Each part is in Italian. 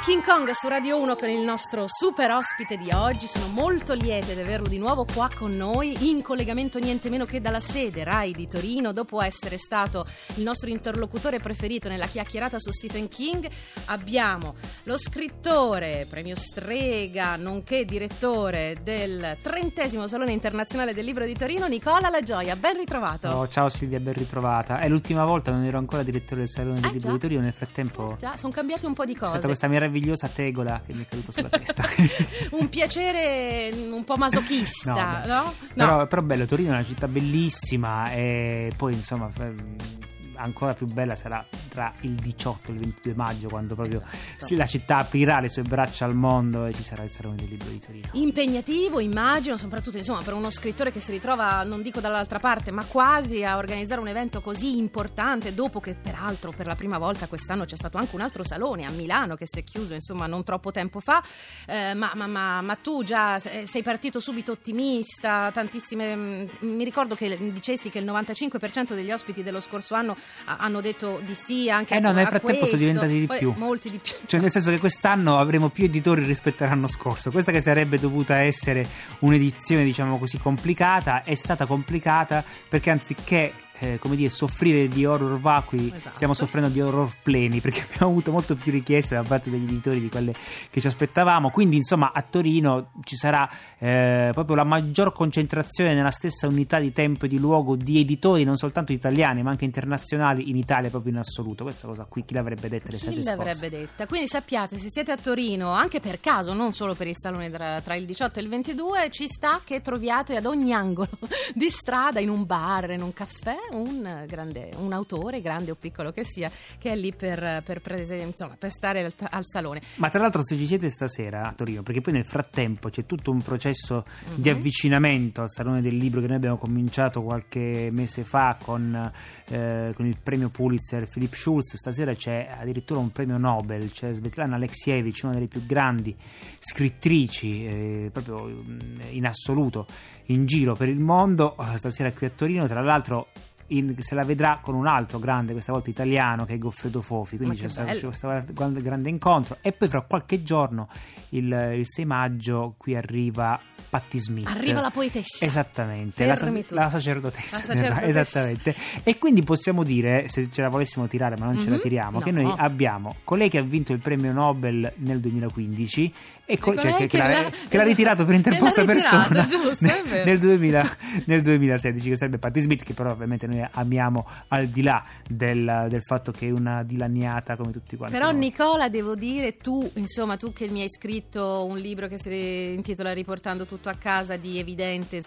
King Kong su Radio 1 con il nostro super ospite di oggi. Sono molto lieta di averlo di nuovo qua con noi, in collegamento niente meno che dalla sede RAI di Torino. Dopo essere stato il nostro interlocutore preferito nella chiacchierata su Stephen King, abbiamo lo scrittore, premio Strega, nonché direttore del 30° Salone Internazionale del Libro di Torino, Nicola La Gioia. Ben ritrovato. Oh, ciao Silvia, ben ritrovata. È l'ultima volta, non ero ancora direttore del Salone del Libro di Torino. Nel frattempo già sono cambiate un po' di cose. È stata questa meravigliosa tegola che mi è caduta sulla testa. Un piacere un po' masochista, no? Però bello, Torino è una città bellissima e poi insomma ancora più bella sarà tra il 18 e il 22 maggio, quando proprio la città aprirà le sue braccia al mondo e ci sarà il Salone del Libro di Torino. Impegnativo, immagino, soprattutto insomma per uno scrittore che si ritrova, non dico dall'altra parte, ma quasi a organizzare un evento così importante, dopo che peraltro per la prima volta quest'anno c'è stato anche un altro salone a Milano che si è chiuso insomma non troppo tempo fa, ma tu già sei partito subito ottimista, tantissime, mi ricordo che dicesti che il 95% degli ospiti dello scorso anno hanno detto di sì anche nel frattempo sono diventati di più. Molti di più. Cioè nel senso che quest'anno avremo più editori rispetto all'anno scorso. Questa che sarebbe dovuta essere un'edizione diciamo così complicata è stata complicata perché anziché soffrire di horror vacui, stiamo soffrendo di horror pleni, perché abbiamo avuto molto più richieste da parte degli editori di quelle che ci aspettavamo. Quindi insomma a Torino ci sarà proprio la maggior concentrazione nella stessa unità di tempo e di luogo di editori non soltanto italiani ma anche internazionali in Italia proprio in assoluto. Questa cosa qui chi l'avrebbe detta l'estate scorsa? Chi l'avrebbe detta? Quindi sappiate, se siete a Torino anche per caso, non solo per il salone tra il 18 e il 22, ci sta che troviate ad ogni angolo di strada, in un bar, in un caffè, un autore, grande o piccolo che sia, che è lì per stare al salone. Ma tra l'altro se ci siete stasera a Torino, perché poi nel frattempo c'è tutto un processo di avvicinamento al Salone del Libro che noi abbiamo cominciato qualche mese fa con il premio Pulitzer Philip Schultz. Stasera c'è addirittura un premio Nobel, c'è Svetlana Alexievich, una delle più grandi scrittrici proprio in assoluto in giro per il mondo, stasera qui a Torino. Tra l'altro se la vedrà con un altro grande, questa volta italiano, che è Goffredo Fofi, quindi c'è questo grande incontro. E poi fra qualche giorno il 6 maggio qui arriva Patti Smith, arriva la poetessa, esattamente, la sacerdotessa, esattamente. E quindi possiamo dire, se ce la volessimo tirare ma non ce la tiriamo, che noi abbiamo colei che ha vinto il premio Nobel nel 2015 e che l'ha ritirato per interposta persona nel 2016, che sarebbe Patti Smith, che però ovviamente noi amiamo al di là del fatto che è una dilaniata come tutti quanti. Però noi. Nicola, devo dire, tu che mi hai scritto un libro che si intitola Riportando tutto a casa, di evidente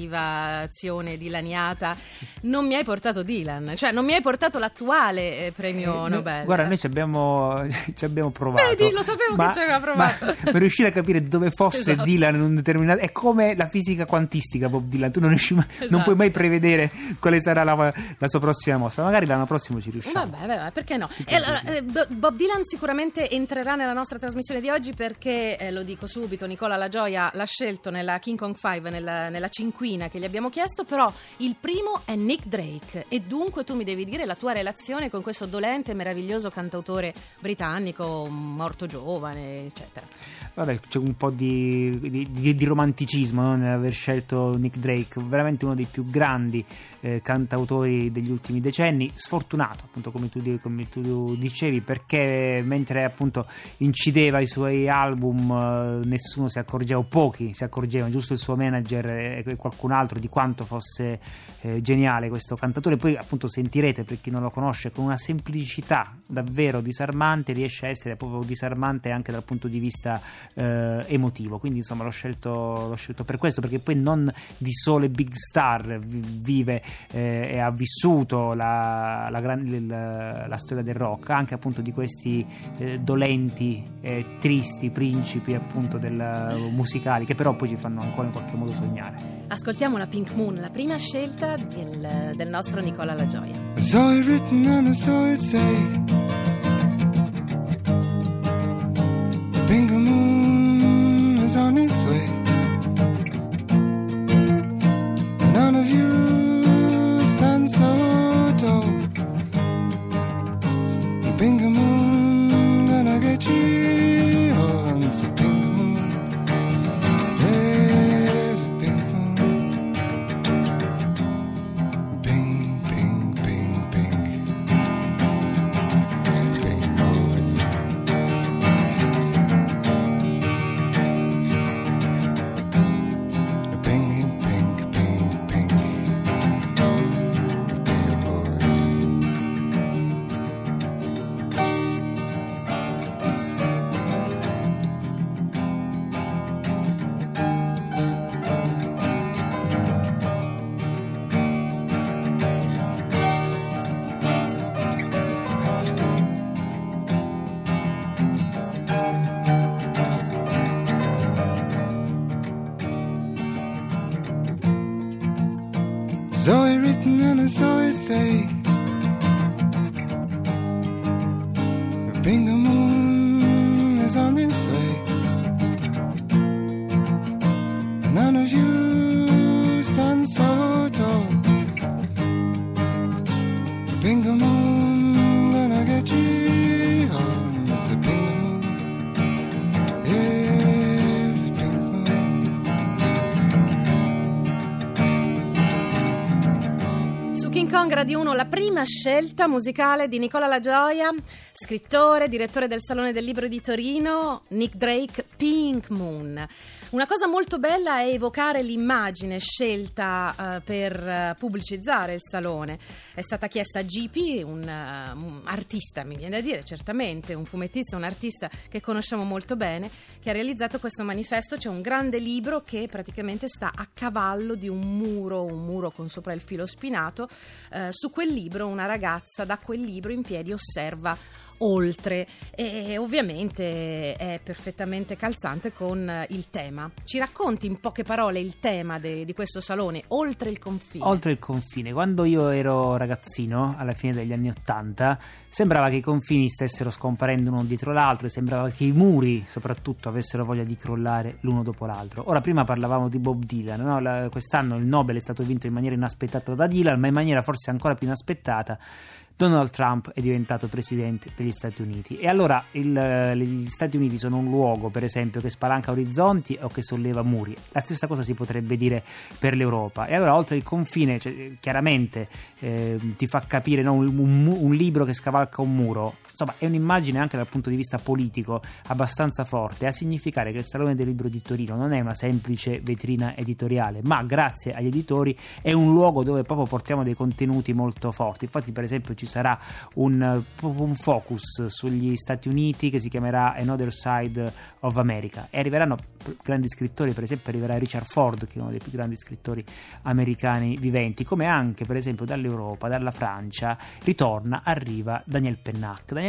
derivazione dilaniata, non mi hai portato Dylan, cioè non mi hai portato l'attuale premio Nobel. Guarda, noi ci abbiamo provato. Vedi, lo sapevo che ci aveva provato. Ma per riuscire a capire dove fosse Dylan in un determinato, è come la fisica quantistica, Bob Dylan, tu non puoi mai prevedere quale sarà la sua prossima mossa. Magari l'anno prossimo ci riusciamo. Vabbè, perché no? E allora, Bob Dylan sicuramente entrerà nella nostra trasmissione di oggi perché, lo dico subito, Nicola La Gioia l'ha scelto nella King Kong 5, nella cinquina che gli abbiamo chiesto, però il primo è Nick Drake e dunque tu mi devi dire la tua relazione con questo dolente e meraviglioso cantautore britannico morto giovane, eccetera. Vabbè, c'è un po' di romanticismo nell'aver scelto Nick Drake, veramente uno dei più grandi cantautori degli ultimi decenni. Sfortunato, appunto, come tu dicevi, perché mentre appunto incideva i suoi album nessuno si accorgeva, o pochi si accorgevano, giusto il suo manager e qualcun altro, di quanto fosse geniale questo cantatore. Poi appunto sentirete, per chi non lo conosce, con una semplicità davvero disarmante riesce a essere proprio disarmante anche dal punto di vista emotivo. Quindi insomma l'ho scelto per questo, perché poi non di sole big star vive e ha vissuto la storia del rock, anche appunto di questi dolenti e tristi principi appunto musicali, che però poi ci fanno ancora in qualche modo sognare. Ascoltiamo la Pink Moon, la prima scelta del nostro Nicola La Gioia. I saw it written and I saw it say, Pink Moon is on its way. None of you stand so tall. Pink Moon gonna get you. So it written and so it say. The Bingo Moon is on its way. None of you stand so tall. The Bingo Moon gonna get you home. It's a Bingo Moon. Yeah, it's a Bingo Moon. Su King Kong Radio 1 la prima scelta musicale di Nicola La Gioia, scrittore, direttore del Salone del Libro di Torino, Nick Drake, Pink Moon. Una cosa molto bella è evocare l'immagine scelta per pubblicizzare il salone. È stata chiesta a GP, un artista, mi viene da dire, certamente, un fumettista, un artista che conosciamo molto bene, che ha realizzato questo manifesto. C'è un grande libro che praticamente sta a cavallo di un muro con sopra il filo spinato. Su quel libro una ragazza da quel libro in piedi osserva oltre, e ovviamente è perfettamente calzante con il tema. Ci racconti in poche parole il tema di questo salone, oltre il confine? Oltre il confine. Quando io ero ragazzino, alla fine degli anni '80, sembrava che i confini stessero scomparendo uno dietro l'altro e sembrava che i muri soprattutto avessero voglia di crollare l'uno dopo l'altro. Ora, prima parlavamo di Bob Dylan, no? Quest'anno il Nobel è stato vinto in maniera inaspettata da Dylan, ma in maniera forse ancora più inaspettata Donald Trump è diventato presidente degli Stati Uniti. E allora gli Stati Uniti sono un luogo, per esempio, che spalanca orizzonti o che solleva muri. La stessa cosa si potrebbe dire per l'Europa. E allora, oltre il confine, chiaramente ti fa capire, no, un libro che scavalca un muro. Insomma, è un'immagine anche dal punto di vista politico abbastanza forte, a significare che il Salone del Libro di Torino non è una semplice vetrina editoriale, ma grazie agli editori è un luogo dove proprio portiamo dei contenuti molto forti. Infatti, per esempio, ci sarà un focus sugli Stati Uniti che si chiamerà Another Side of America, e arriveranno grandi scrittori. Per esempio arriverà Richard Ford, che è uno dei più grandi scrittori americani viventi, come anche per esempio dall'Europa, dalla Francia arriva Daniel Pennac,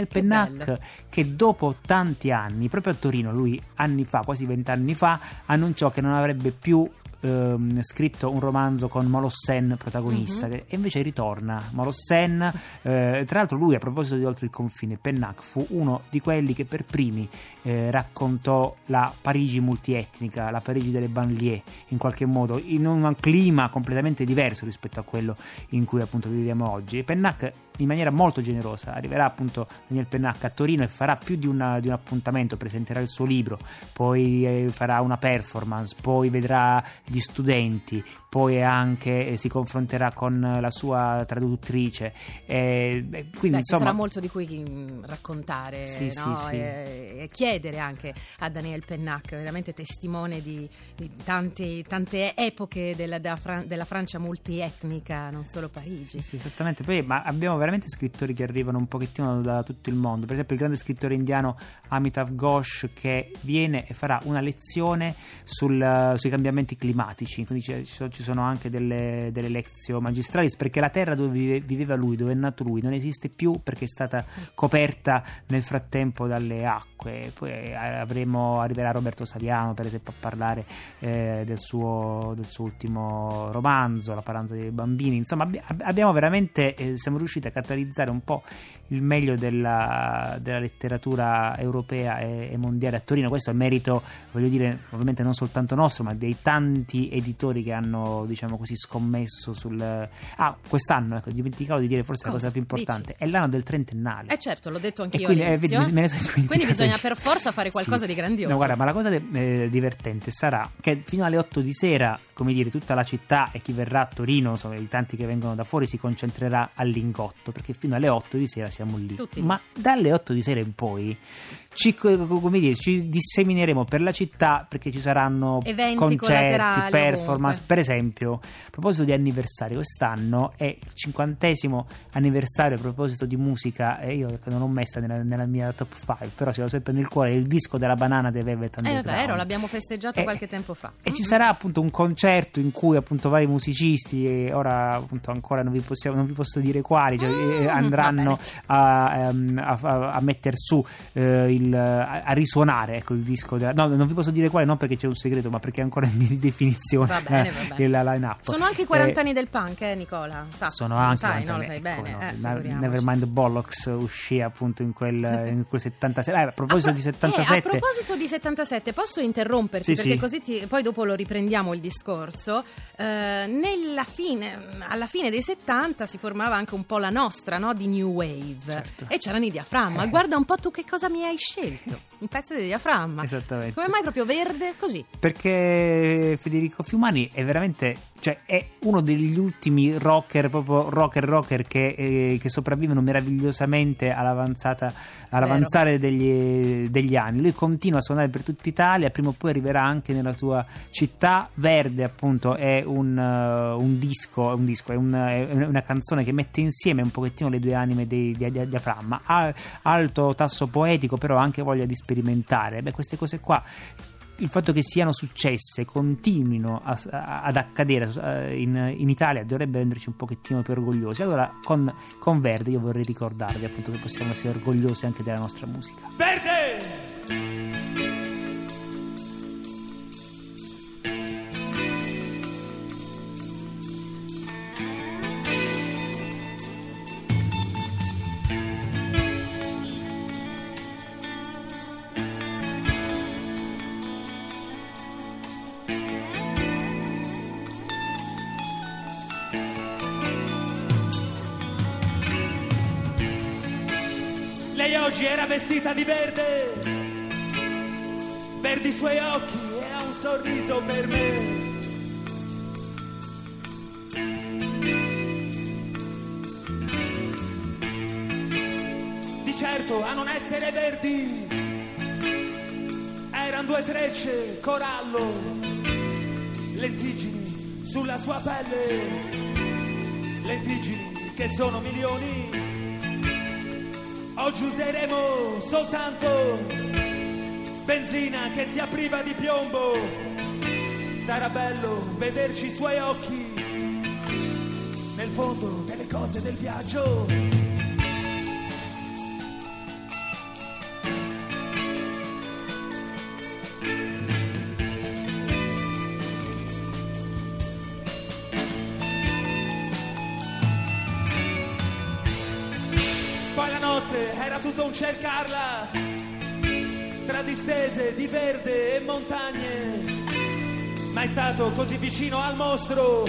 che dopo tanti anni, proprio a Torino, lui anni fa, quasi 20 anni fa, annunciò che non avrebbe più scritto un romanzo con Molo Sen protagonista, e invece ritorna Molo Sen. Tra l'altro lui, a proposito di Oltre il confine, Pennac fu uno di quelli che per primi raccontò la Parigi multietnica, la Parigi delle banlieue, in qualche modo in un clima completamente diverso rispetto a quello in cui appunto viviamo oggi. E Pennac, in maniera molto generosa, arriverà appunto Daniel Pennac a Torino e farà più di un appuntamento, presenterà il suo libro, poi farà una performance, poi vedrà gli studenti, poi anche si confronterà con la sua traduttrice, quindi insomma ci sarà molto di cui raccontare, sì, no? sì. E chiedere anche a Daniel Pennac, veramente testimone di tante epoche della Francia multietnica, non solo Parigi. Sì, esattamente. Poi, ma abbiamo veramente scrittori che arrivano un pochettino da tutto il mondo. Per esempio il grande scrittore indiano Amitav Ghosh, che viene e farà una lezione sui cambiamenti climatici, quindi ci sono anche delle lezioni magistrali, perché la terra dove viveva lui, dove è nato lui, non esiste più perché è stata coperta nel frattempo dalle acque. Poi arriverà Roberto Saviano, per esempio, a parlare del suo ultimo romanzo, La paranza dei bambini. Insomma, abbiamo veramente siamo riusciti a catalizzare un po' il meglio della letteratura europea e mondiale a Torino. Questo è merito, voglio dire, ovviamente non soltanto nostro, ma dei tanti editori che hanno, diciamo così, scommesso quest'anno, ecco, dimenticavo di dire forse la cosa più importante. Dici? È l'anno del trentennale. Certo, l'ho detto anch'io quindi, all'inizio. Quindi bisogna per forza fare qualcosa sì. di grandioso. No, guarda, ma la cosa divertente sarà che fino alle 8 di sera, come dire, tutta la città e chi verrà a Torino, insomma, i tanti che vengono da fuori, si concentrerà al Lingotto, perché fino alle 8 di sera siamo lì. Tutti. Ma dalle 8 di sera in poi ci dissemineremo per la città, perché ci saranno eventi concerti, performance. Ovunque. Per esempio, a proposito di anniversari, quest'anno è il 50° anniversario. A proposito di musica, io che non ho messa nella mia top 5, però ce l'ho sempre nel cuore, il disco della Banana dei Velvet Underground. È vero, l'abbiamo festeggiato qualche tempo fa. E ci sarà appunto un concerto in cui appunto vari musicisti, e ora appunto ancora non vi posso dire quali, andranno a metter su a risuonare, ecco, il disco no, non vi posso dire quale, non perché c'è un segreto, ma perché è ancora in definizione. Va bene. La line-up. Sono anche i 40 anni del punk, Nicola? Sono anche sai, 40 no, lo sai bene. Nevermind the Bollocks uscì appunto in quel 77. A proposito di 77, a proposito di 77, posso interromperti? Sì, perché sì. Così poi dopo lo riprendiamo il discorso. Alla fine dei 70 si formava anche un po' la nostra, no? Di New Wave. Certo. E c'erano i Diaframma. Guarda un po' tu che cosa mi hai scelto. Un pezzo di Diaframma. Esattamente. Come mai proprio verde così? Perché Federico Fiumani è veramente, cioè, è uno degli ultimi rocker, proprio rocker che sopravvivono meravigliosamente all'avanzare degli anni. Lui continua a suonare per tutta Italia, prima o poi arriverà anche nella tua città. Verde, appunto, è un disco, è una canzone che mette insieme un pochettino le due anime di Diaframma. Ha alto tasso poetico, però anche voglia di sperimentare. Queste cose qua, il fatto che siano successe, continuino ad accadere in Italia, dovrebbe renderci un pochettino più orgogliosi. Allora con Verde io vorrei ricordarvi appunto che possiamo essere orgogliosi anche della nostra musica. Verde! Lei oggi era vestita di verde, verdi i suoi occhi e ha un sorriso per me. Di certo a non essere verdi erano due trecce, corallo, lentiggini sulla sua pelle, lentiggini che sono milioni. Oggi useremo soltanto benzina che sia priva di piombo. Sarà bello vederci i suoi occhi nel fondo delle cose del viaggio. Poi la notte era tutto un cercarla tra distese di verde e montagne. Mai stato così vicino al mostro,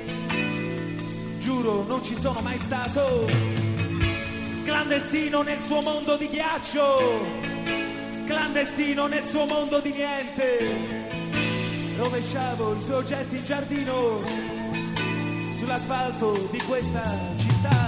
giuro non ci sono mai stato. Clandestino nel suo mondo di ghiaccio, clandestino nel suo mondo di niente. Rovesciavo i suoi oggetti in giardino sull'asfalto di questa città.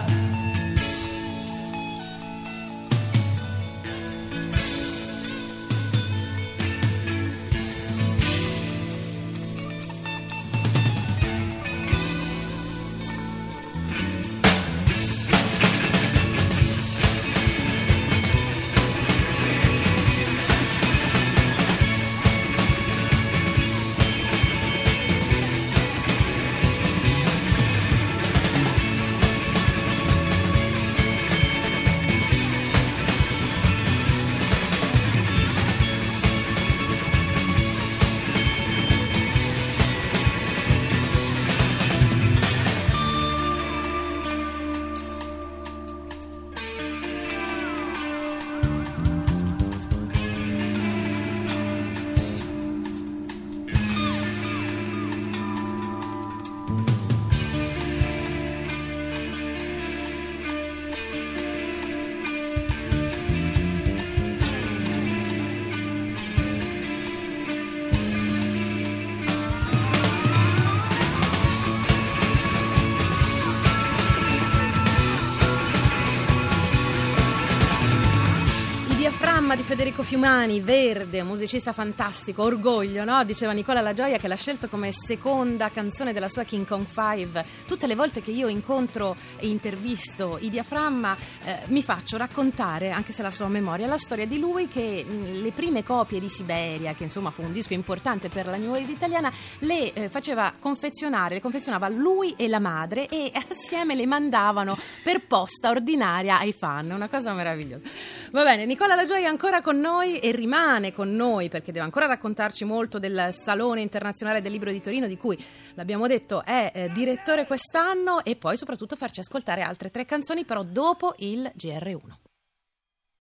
Federico Fiumani, Verde, musicista fantastico, orgoglio, no? Diceva Nicola La Gioia che l'ha scelto come seconda canzone della sua King Kong 5. Tutte le volte che io incontro e intervisto i Diaframma mi faccio raccontare, anche se la so a memoria, la storia di lui che le prime copie di Siberia, che insomma fu un disco importante per la New Wave italiana, le confezionava lui e la madre e assieme le mandavano per posta ordinaria ai fan, una cosa meravigliosa. Va bene, Nicola La Gioia è ancora con noi e rimane con noi perché deve ancora raccontarci molto del Salone Internazionale del Libro di Torino, di cui l'abbiamo detto è direttore quest'anno, e poi soprattutto farci ascoltare altre 3 canzoni, però dopo il GR1.